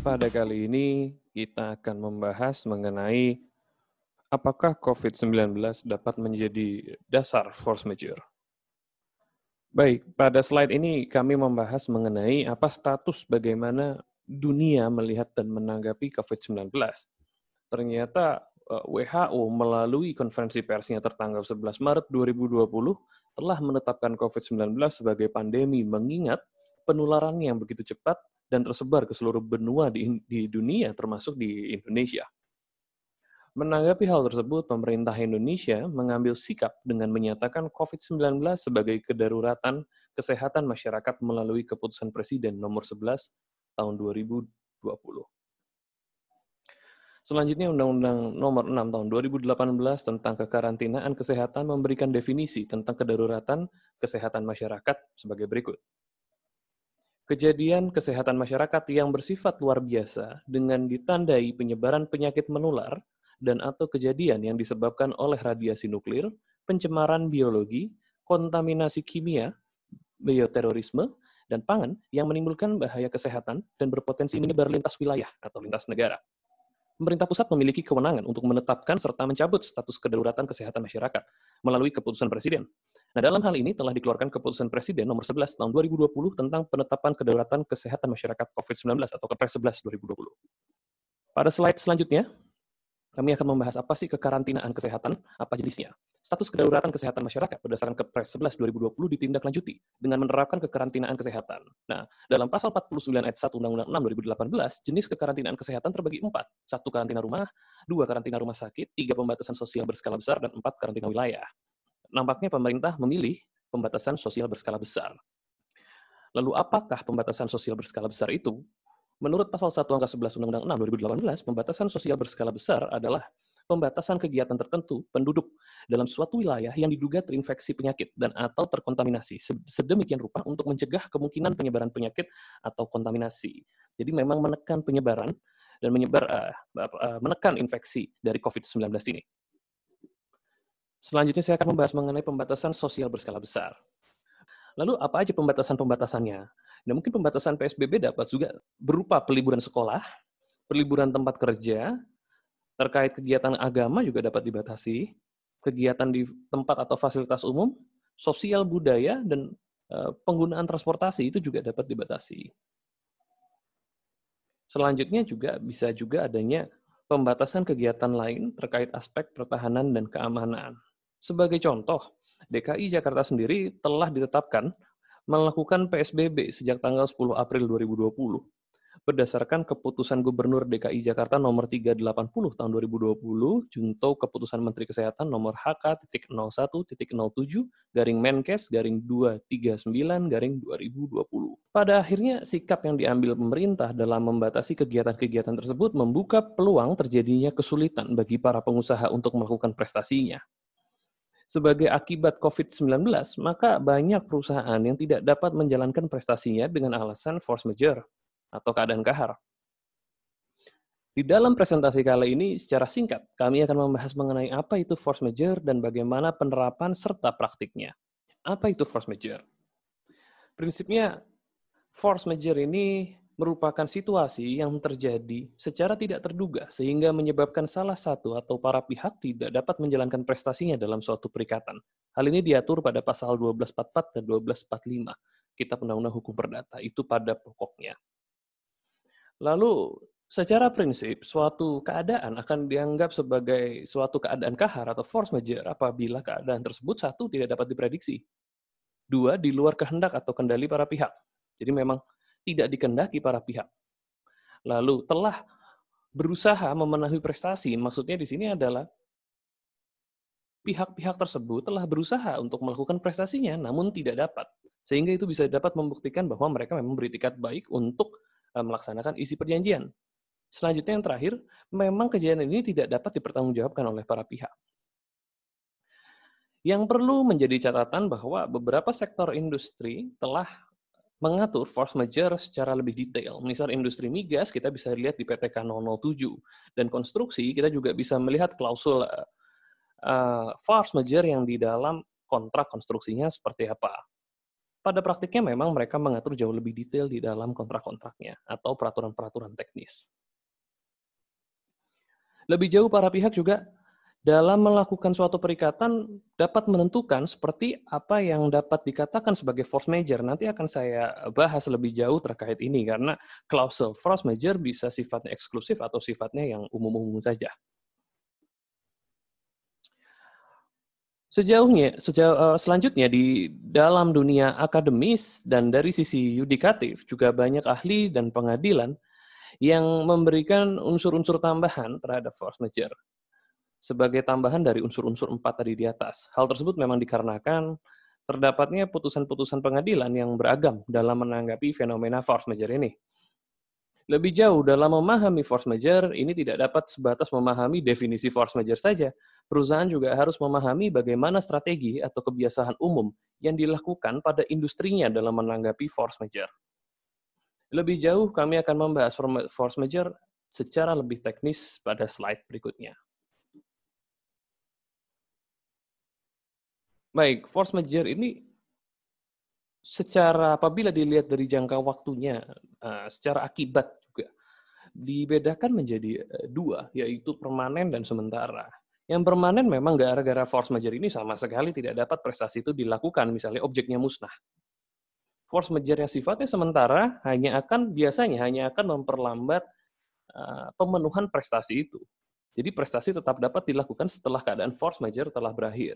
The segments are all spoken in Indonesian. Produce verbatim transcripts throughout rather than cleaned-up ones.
Pada kali ini kita akan membahas mengenai apakah covid sembilan belas dapat menjadi dasar force majeure. Baik, pada slide ini kami membahas mengenai apa status bagaimana dunia melihat dan menanggapi covid sembilan belas. Ternyata eh, W H O melalui konferensi persnya tertanggal sebelas Maret dua ribu dua puluh telah menetapkan covid sembilan belas sebagai pandemi mengingat penularannya yang begitu cepat dan tersebar ke seluruh benua di, di dunia termasuk di Indonesia. Menanggapi hal tersebut, pemerintah Indonesia mengambil sikap dengan menyatakan covid sembilan belas sebagai kedaruratan kesehatan masyarakat melalui keputusan Presiden nomor sebelas tahun dua ribu dua puluh. Selanjutnya, Undang-Undang Nomor enam Tahun dua ribu delapan belas tentang kekarantinaan kesehatan memberikan definisi tentang kedaruratan kesehatan masyarakat sebagai berikut. Kejadian kesehatan masyarakat yang bersifat luar biasa dengan ditandai penyebaran penyakit menular dan atau kejadian yang disebabkan oleh radiasi nuklir, pencemaran biologi, kontaminasi kimia, bioterorisme, dan pangan yang menimbulkan bahaya kesehatan dan berpotensi menyebar lintas wilayah atau lintas negara. Pemerintah pusat memiliki kewenangan untuk menetapkan serta mencabut status kedaruratan kesehatan masyarakat melalui keputusan Presiden. Nah, dalam hal ini telah dikeluarkan keputusan Presiden nomor sebelas tahun dua ribu dua puluh tentang penetapan kedaruratan kesehatan masyarakat covid sembilan belas atau Kepres sebelas dua ribu dua puluh. Pada slide selanjutnya, kami akan membahas apa sih kekarantinaan kesehatan, apa jenisnya. Status kedaruratan kesehatan masyarakat berdasarkan Kepres sebelas dua ribu dua puluh ditindaklanjuti dengan menerapkan kekarantinaan kesehatan. Nah, dalam pasal empat puluh sembilan ayat satu Undang-Undang enam dua ribu delapan belas, jenis kekarantinaan kesehatan terbagi empat. Satu, karantina rumah, dua, karantina rumah sakit, tiga, pembatasan sosial berskala besar, dan empat, karantina wilayah. Nampaknya pemerintah memilih pembatasan sosial berskala besar. Lalu apakah pembatasan sosial berskala besar itu? Menurut pasal satu angka sebelas Undang-Undang enam dua ribu delapan belas, pembatasan sosial berskala besar adalah pembatasan kegiatan tertentu penduduk dalam suatu wilayah yang diduga terinfeksi penyakit dan atau terkontaminasi sedemikian rupa untuk mencegah kemungkinan penyebaran penyakit atau kontaminasi. Jadi memang menekan penyebaran dan menyebar uh, uh, menekan infeksi dari covid sembilan belas ini. Selanjutnya saya akan membahas mengenai pembatasan sosial berskala besar. Lalu apa aja pembatasan-pembatasannya? Nah, mungkin pembatasan P S B B dapat juga berupa peliburan sekolah, peliburan tempat kerja, terkait kegiatan agama juga dapat dibatasi, kegiatan di tempat atau fasilitas umum, sosial budaya, dan uh, penggunaan transportasi itu juga dapat dibatasi. Selanjutnya juga bisa juga adanya pembatasan kegiatan lain terkait aspek pertahanan dan keamanan. Sebagai contoh, D K I Jakarta sendiri telah ditetapkan melakukan P S B B sejak tanggal sepuluh April dua ribu dua puluh. Berdasarkan keputusan Gubernur D K I Jakarta nomor tiga ratus delapan puluh tahun dua ribu dua puluh, junto keputusan Menteri Kesehatan nomor H K nol satu nol tujuh garing Menkes garing dua tiga sembilan garing dua ribu dua puluh. Pada akhirnya, sikap yang diambil pemerintah dalam membatasi kegiatan-kegiatan tersebut membuka peluang terjadinya kesulitan bagi para pengusaha untuk melakukan prestasinya. Sebagai akibat covid sembilan belas, maka banyak perusahaan yang tidak dapat menjalankan prestasinya dengan alasan force majeure atau keadaan kahar. Di dalam presentasi kali ini, secara singkat, kami akan membahas mengenai apa itu force majeure dan bagaimana penerapan serta praktiknya. Apa itu force majeure? Prinsipnya, force majeure ini merupakan situasi yang terjadi secara tidak terduga sehingga menyebabkan salah satu atau para pihak tidak dapat menjalankan prestasinya dalam suatu perikatan. Hal ini diatur pada pasal dua belas empat puluh empat dan dua belas empat puluh lima Kitab Undang-Undang Hukum Perdata, itu pada pokoknya. Lalu, secara prinsip, suatu keadaan akan dianggap sebagai suatu keadaan kahar atau force majeure apabila keadaan tersebut satu, tidak dapat diprediksi. Dua, di luar kehendak atau kendali para pihak. Jadi memang tidak dikehendaki para pihak. Lalu telah berusaha memenuhi prestasi, maksudnya di sini adalah pihak-pihak tersebut telah berusaha untuk melakukan prestasinya, namun tidak dapat. Sehingga itu bisa dapat membuktikan bahwa mereka memang beritikat baik untuk melaksanakan isi perjanjian. Selanjutnya yang terakhir, memang kejadian ini tidak dapat dipertanggungjawabkan oleh para pihak. Yang perlu menjadi catatan bahwa beberapa sektor industri telah mengatur force majeure secara lebih detail. Misal industri migas, kita bisa lihat di P P K nol nol tujuh. Dan konstruksi, kita juga bisa melihat klausul uh, force majeure yang di dalam kontrak konstruksinya seperti apa. pada praktiknya memang mereka mengatur jauh lebih detail di dalam kontrak-kontraknya atau peraturan-peraturan teknis. Lebih jauh, para pihak juga dalam melakukan suatu perikatan dapat menentukan seperti apa yang dapat dikatakan sebagai force majeure. Nanti akan saya bahas lebih jauh terkait ini, karena klausul force majeure bisa sifatnya eksklusif atau sifatnya yang umum-umum saja. Sejauhnya, sejauh, selanjutnya di dalam dunia akademis dan dari sisi yudikatif juga banyak ahli dan pengadilan yang memberikan unsur-unsur tambahan terhadap force majeure sebagai tambahan dari unsur-unsur empat tadi di atas. Hal tersebut memang dikarenakan terdapatnya putusan-putusan pengadilan yang beragam dalam menanggapi fenomena force majeure ini. Lebih jauh dalam memahami force majeure, ini tidak dapat sebatas memahami definisi force majeure saja. Perusahaan juga harus memahami bagaimana strategi atau kebiasaan umum yang dilakukan pada industrinya dalam menanggapi force majeure. Lebih jauh, kami akan membahas force majeure secara lebih teknis pada slide berikutnya. Baik, force majeure ini secara apabila dilihat dari jangka waktunya, secara akibat juga dibedakan menjadi dua, yaitu permanen dan sementara. Yang permanen memang gara-gara force majeure ini sama sekali tidak dapat prestasi itu dilakukan, misalnya objeknya musnah. Force majeure yang sifatnya sementara hanya akan biasanya hanya akan memperlambat uh, pemenuhan prestasi itu. Jadi prestasi tetap dapat dilakukan setelah keadaan force majeure telah berakhir.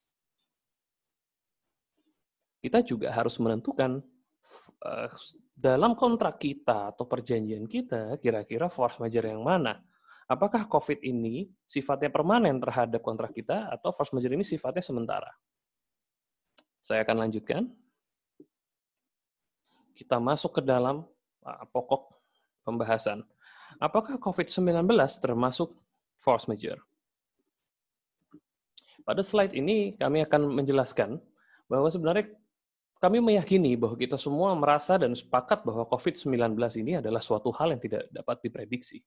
Kita juga harus menentukan uh, dalam kontrak kita atau perjanjian kita kira-kira force majeure yang mana. Apakah COVID ini sifatnya permanen terhadap kontrak kita atau force majeure ini sifatnya sementara? Saya akan lanjutkan. Kita masuk ke dalam uh, pokok pembahasan. Apakah COVID sembilan belas termasuk force majeure? Pada slide ini kami akan menjelaskan bahwa sebenarnya kami meyakini bahwa kita semua merasa dan sepakat bahwa COVID sembilan belas ini adalah suatu hal yang tidak dapat diprediksi.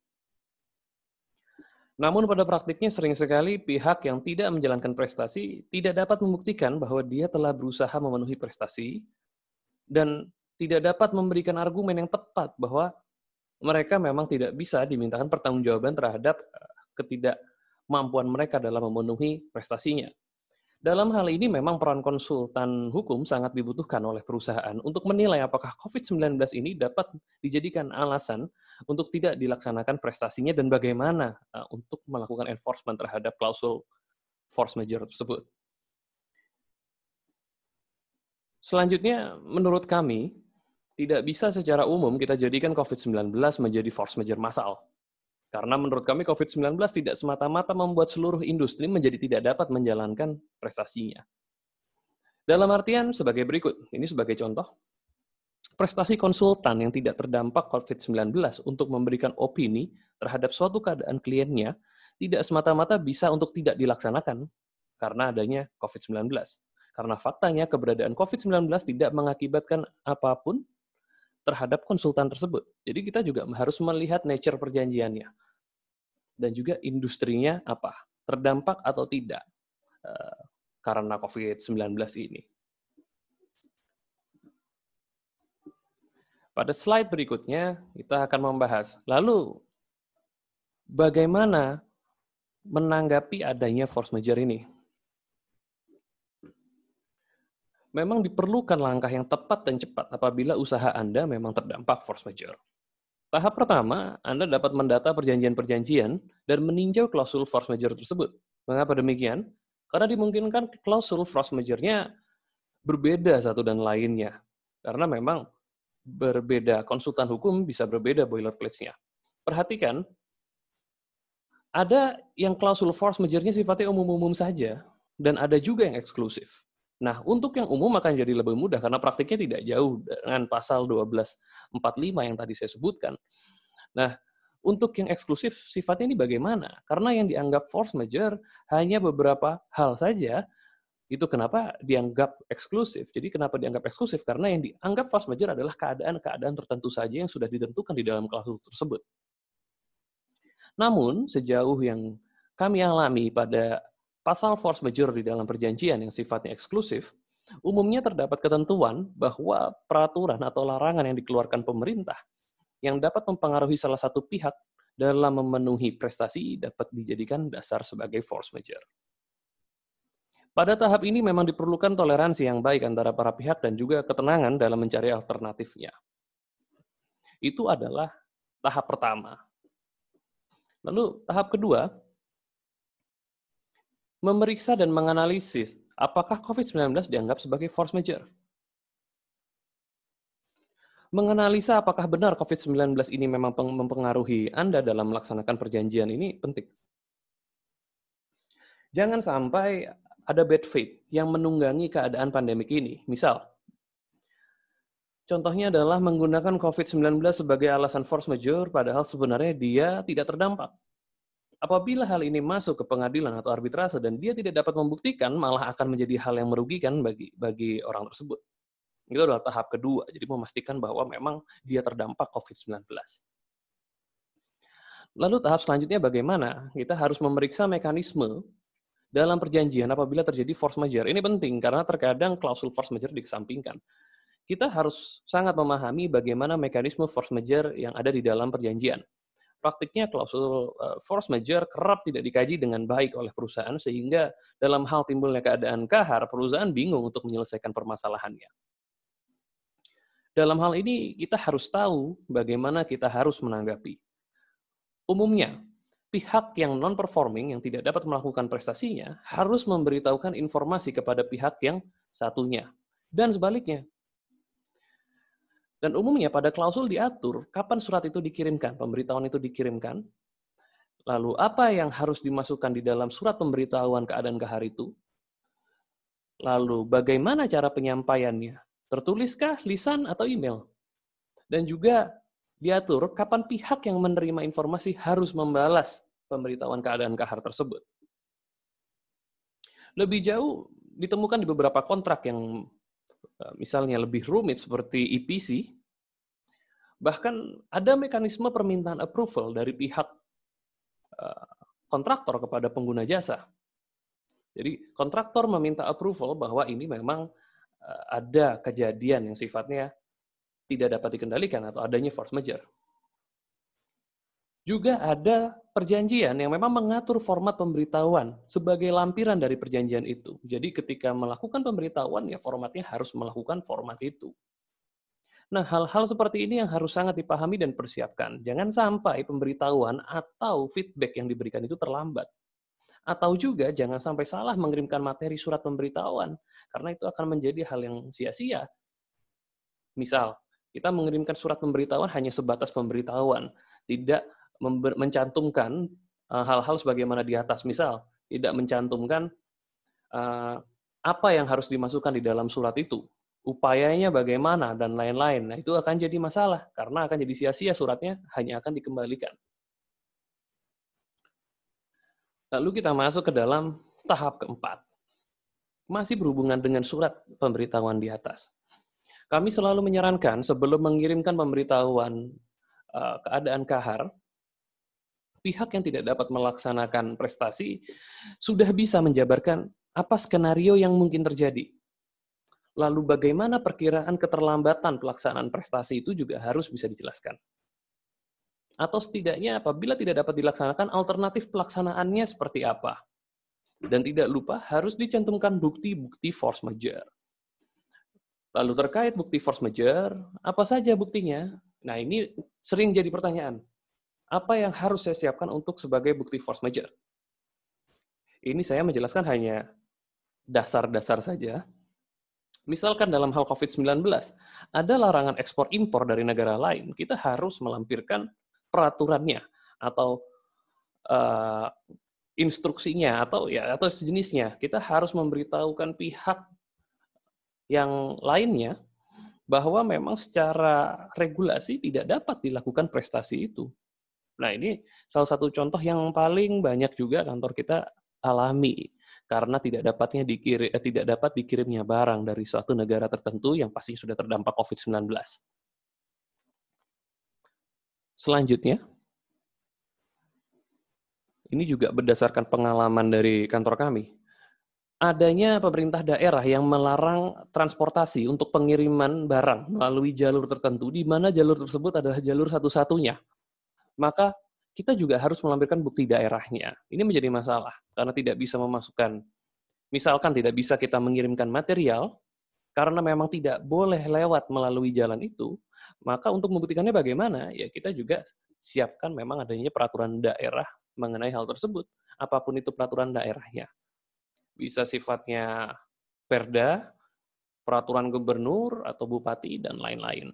Namun pada praktiknya sering sekali pihak yang tidak menjalankan prestasi tidak dapat membuktikan bahwa dia telah berusaha memenuhi prestasi dan tidak dapat memberikan argumen yang tepat bahwa mereka memang tidak bisa dimintakan pertanggungjawaban terhadap ketidakmampuan mereka dalam memenuhi prestasinya. Dalam hal ini memang peran konsultan hukum sangat dibutuhkan oleh perusahaan untuk menilai apakah COVID sembilan belas ini dapat dijadikan alasan untuk tidak dilaksanakan prestasinya dan bagaimana untuk melakukan enforcement terhadap klausul force majeure tersebut. Selanjutnya, menurut kami, tidak bisa secara umum kita jadikan COVID sembilan belas menjadi force majeure massal. Karena menurut kami COVID sembilan belas tidak semata-mata membuat seluruh industri menjadi tidak dapat menjalankan prestasinya. Dalam artian sebagai berikut, ini sebagai contoh, prestasi konsultan yang tidak terdampak COVID sembilan belas untuk memberikan opini terhadap suatu keadaan kliennya tidak semata-mata bisa untuk tidak dilaksanakan karena adanya COVID sembilan belas. Karena faktanya keberadaan COVID sembilan belas tidak mengakibatkan apapun terhadap konsultan tersebut. Jadi kita juga harus melihat nature perjanjiannya. Dan juga industrinya apa, terdampak atau tidak uh, karena COVID sembilan belas ini. Pada slide berikutnya, kita akan membahas, lalu bagaimana menanggapi adanya force majeure ini. Memang diperlukan langkah yang tepat dan cepat apabila usaha Anda memang terdampak force majeure. Tahap pertama, Anda dapat mendata perjanjian-perjanjian dan meninjau klausul force majeure tersebut. Mengapa demikian? Karena dimungkinkan klausul force majeure-nya berbeda satu dan lainnya. Karena memang berbeda, konsultan hukum bisa berbeda boilerplate-nya. Perhatikan, ada yang klausul force majeure-nya sifatnya umum-umum saja, dan ada juga yang eksklusif. Nah, untuk yang umum akan jadi lebih mudah karena praktiknya tidak jauh dengan pasal dua belas empat puluh lima yang tadi saya sebutkan. Nah, untuk yang eksklusif sifatnya ini bagaimana? Karena yang dianggap force majeure hanya beberapa hal saja, itu kenapa dianggap eksklusif. Jadi kenapa dianggap eksklusif? Karena yang dianggap force majeure adalah keadaan-keadaan tertentu saja yang sudah ditentukan di dalam klausul tersebut. Namun, sejauh yang kami alami pada pasal force majeure di dalam perjanjian yang sifatnya eksklusif, Umumnya terdapat ketentuan bahwa peraturan atau larangan yang dikeluarkan pemerintah yang dapat mempengaruhi salah satu pihak dalam memenuhi prestasi dapat dijadikan dasar sebagai force majeure. Pada tahap ini memang diperlukan toleransi yang baik antara para pihak dan juga ketenangan dalam mencari alternatifnya. Itu adalah tahap pertama. Lalu tahap kedua, memeriksa dan menganalisis apakah covid sembilan belas dianggap sebagai force majeure. Menganalisa apakah benar covid sembilan belas ini memang mempengaruhi Anda dalam melaksanakan perjanjian ini penting. Jangan sampai ada bad faith yang menunggangi keadaan pandemik ini. Misal, contohnya adalah menggunakan covid sembilan belas sebagai alasan force majeure, padahal sebenarnya dia tidak terdampak. Apabila hal ini masuk ke pengadilan atau arbitrase dan dia tidak dapat membuktikan, malah akan menjadi hal yang merugikan bagi bagi orang tersebut. Itu adalah tahap kedua, jadi memastikan bahwa memang dia terdampak covid sembilan belas. Lalu tahap selanjutnya bagaimana? Kita harus memeriksa mekanisme dalam perjanjian apabila terjadi force majeure. Ini penting karena terkadang klausul force majeure dikesampingkan. Kita harus sangat memahami bagaimana mekanisme force majeure yang ada di dalam perjanjian. Praktiknya klausul force majeure kerap tidak dikaji dengan baik oleh perusahaan sehingga dalam hal timbulnya keadaan kahar, perusahaan bingung untuk menyelesaikan permasalahannya. Dalam hal ini kita harus tahu bagaimana kita harus menanggapi. Umumnya, pihak yang non-performing yang tidak dapat melakukan prestasinya harus memberitahukan informasi kepada pihak yang satunya. Dan sebaliknya. Dan umumnya pada klausul diatur kapan surat itu dikirimkan, pemberitahuan itu dikirimkan, lalu apa yang harus dimasukkan di dalam surat pemberitahuan keadaan kahar itu, lalu bagaimana cara penyampaiannya, tertuliskah, lisan, atau email. Dan juga diatur kapan pihak yang menerima informasi harus membalas pemberitahuan keadaan kahar tersebut. Lebih jauh, ditemukan di beberapa kontrak yang misalnya lebih rumit seperti E P C, bahkan ada mekanisme permintaan approval dari pihak kontraktor kepada pengguna jasa. Jadi kontraktor meminta approval bahwa ini memang ada kejadian yang sifatnya tidak dapat dikendalikan atau adanya force majeure. Juga ada perjanjian yang memang mengatur format pemberitahuan sebagai lampiran dari perjanjian itu. Jadi ketika melakukan pemberitahuan, ya formatnya harus melakukan format itu. Nah, hal-hal seperti ini yang harus sangat dipahami dan persiapkan. Jangan sampai pemberitahuan atau feedback yang diberikan itu terlambat. Atau juga jangan sampai salah mengirimkan materi surat pemberitahuan, karena itu akan menjadi hal yang sia-sia. Misal, kita mengirimkan surat pemberitahuan hanya sebatas pemberitahuan, tidak mencantumkan hal-hal sebagaimana di atas. Misal, tidak mencantumkan uh, apa yang harus dimasukkan di dalam surat itu, upayanya bagaimana, dan lain-lain. Nah, itu akan jadi masalah, karena akan jadi sia-sia suratnya, hanya akan dikembalikan. Lalu kita masuk ke dalam tahap keempat. Masih berhubungan dengan surat pemberitahuan di atas. Kami selalu menyarankan sebelum mengirimkan pemberitahuan uh, keadaan kahar, pihak yang tidak dapat melaksanakan prestasi sudah bisa menjabarkan apa skenario yang mungkin terjadi. Lalu bagaimana perkiraan keterlambatan pelaksanaan prestasi itu juga harus bisa dijelaskan. Atau setidaknya apabila tidak dapat dilaksanakan, alternatif pelaksanaannya seperti apa. Dan tidak lupa harus dicantumkan bukti-bukti force majeure. Lalu terkait bukti force majeure, apa saja buktinya? Nah, ini sering jadi pertanyaan. Apa yang harus saya siapkan untuk sebagai bukti force majeure? Ini saya menjelaskan hanya dasar-dasar saja. Misalkan dalam hal covid sembilan belas, ada larangan ekspor impor dari negara lain, kita harus melampirkan peraturannya atau uh, instruksinya atau ya atau sejenisnya. Kita harus memberitahukan pihak yang lainnya bahwa memang secara regulasi tidak dapat dilakukan prestasi itu. Nah, ini salah satu contoh yang paling banyak juga kantor kita alami karena tidak dapatnya dikirim eh, tidak dapat dikirimnya barang dari suatu negara tertentu yang pasti sudah terdampak covid sembilan belas. Selanjutnya, ini juga berdasarkan pengalaman dari kantor kami. adanya pemerintah daerah yang melarang transportasi untuk pengiriman barang melalui jalur tertentu, di mana jalur tersebut adalah jalur satu-satunya, maka kita juga harus melampirkan bukti daerahnya. Ini menjadi masalah, karena tidak bisa memasukkan, misalkan tidak bisa kita mengirimkan material, karena memang tidak boleh lewat melalui jalan itu, maka untuk membuktikannya bagaimana? Ya kita juga siapkan memang adanya peraturan daerah mengenai hal tersebut, apapun itu peraturan daerahnya. Bisa sifatnya perda, peraturan gubernur atau bupati, dan lain-lain.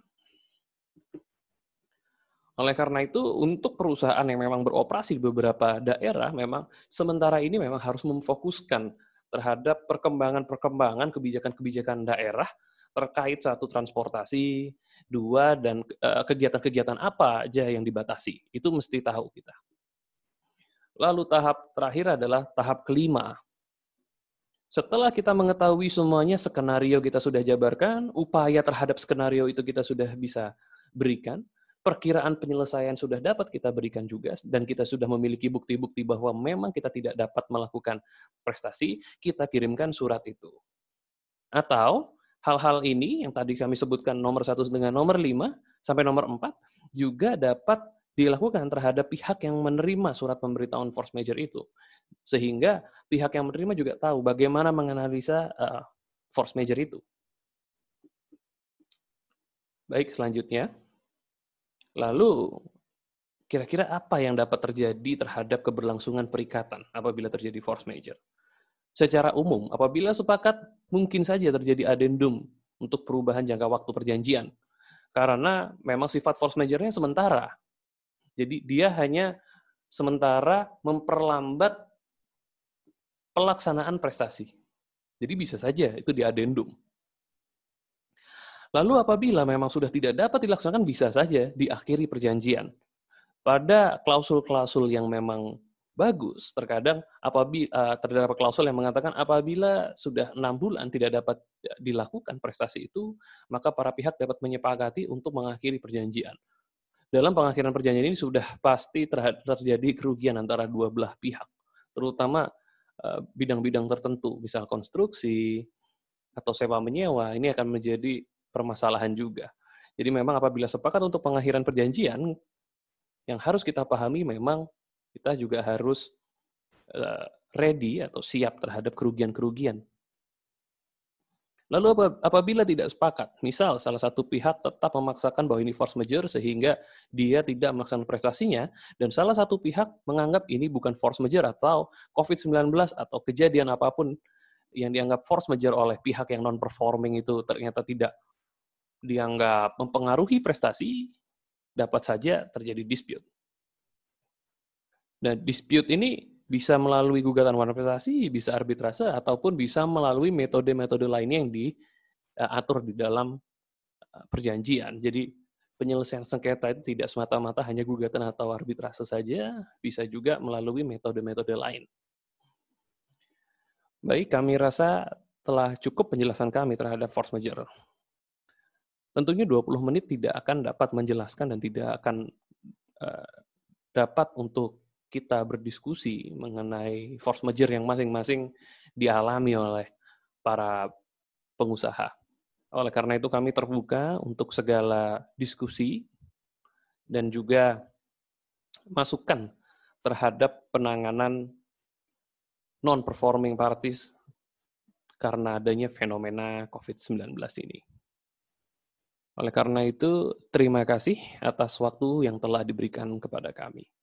Oleh karena itu, untuk perusahaan yang memang beroperasi di beberapa daerah, memang sementara ini memang harus memfokuskan terhadap perkembangan-perkembangan kebijakan-kebijakan daerah terkait satu transportasi, dua dan eh, kegiatan-kegiatan apa aja yang dibatasi. Itu mesti tahu kita. Lalu tahap terakhir adalah tahap kelima. Setelah kita mengetahui semuanya, skenario kita sudah jabarkan, upaya terhadap skenario itu kita sudah bisa berikan, perkiraan penyelesaian sudah dapat kita berikan juga, dan kita sudah memiliki bukti-bukti bahwa memang kita tidak dapat melakukan prestasi, kita kirimkan surat itu. Atau hal-hal ini yang tadi kami sebutkan nomor satu dengan nomor lima sampai nomor empat juga dapat dilakukan terhadap pihak yang menerima surat pemberitahuan force majeure itu. Sehingga pihak yang menerima juga tahu bagaimana menganalisa uh, force majeure itu. Baik, selanjutnya. Lalu, kira-kira apa yang dapat terjadi terhadap keberlangsungan perikatan apabila terjadi force majeure? Secara umum, apabila sepakat, mungkin saja terjadi adendum untuk perubahan jangka waktu perjanjian. Karena memang sifat force majeure-nya sementara. Jadi dia hanya sementara memperlambat pelaksanaan prestasi. Jadi bisa saja itu diadendum. Lalu apabila memang sudah tidak dapat dilaksanakan, bisa saja diakhiri perjanjian. Pada klausul-klausul yang memang bagus, terkadang apabila uh, terdapat klausul yang mengatakan apabila sudah enam bulan tidak dapat dilakukan prestasi itu, maka para pihak dapat menyepakati untuk mengakhiri perjanjian. Dalam pengakhiran perjanjian ini sudah pasti terjadi kerugian antara dua belah pihak, terutama uh, bidang-bidang tertentu, misal konstruksi atau sewa menyewa, ini akan menjadi permasalahan juga. Jadi memang apabila sepakat untuk pengakhiran perjanjian, yang harus kita pahami memang kita juga harus ready atau siap terhadap kerugian-kerugian. Lalu apabila tidak sepakat, misal salah satu pihak tetap memaksakan bahwa ini force majeure sehingga dia tidak melaksanakan prestasinya, dan salah satu pihak menganggap ini bukan force majeure atau covid sembilan belas atau kejadian apapun yang dianggap force majeure oleh pihak yang non-performing itu ternyata tidak dianggap mempengaruhi prestasi, dapat saja terjadi dispute. Nah, dispute ini bisa melalui gugatan prestasi, bisa arbitrase, ataupun bisa melalui metode-metode lainnya yang diatur di dalam perjanjian. Jadi, penyelesaian sengketa itu tidak semata-mata hanya gugatan atau arbitrase saja, bisa juga melalui metode-metode lain. Baik, kami rasa telah cukup penjelasan kami terhadap force majeure. Tentunya dua puluh menit tidak akan dapat menjelaskan dan tidak akan uh, dapat untuk kita berdiskusi mengenai force majeure yang masing-masing dialami oleh para pengusaha. Oleh karena itu kami terbuka untuk segala diskusi dan juga masukan terhadap penanganan non-performing parties karena adanya fenomena covid sembilan belas ini. Oleh karena itu, terima kasih atas waktu yang telah diberikan kepada kami.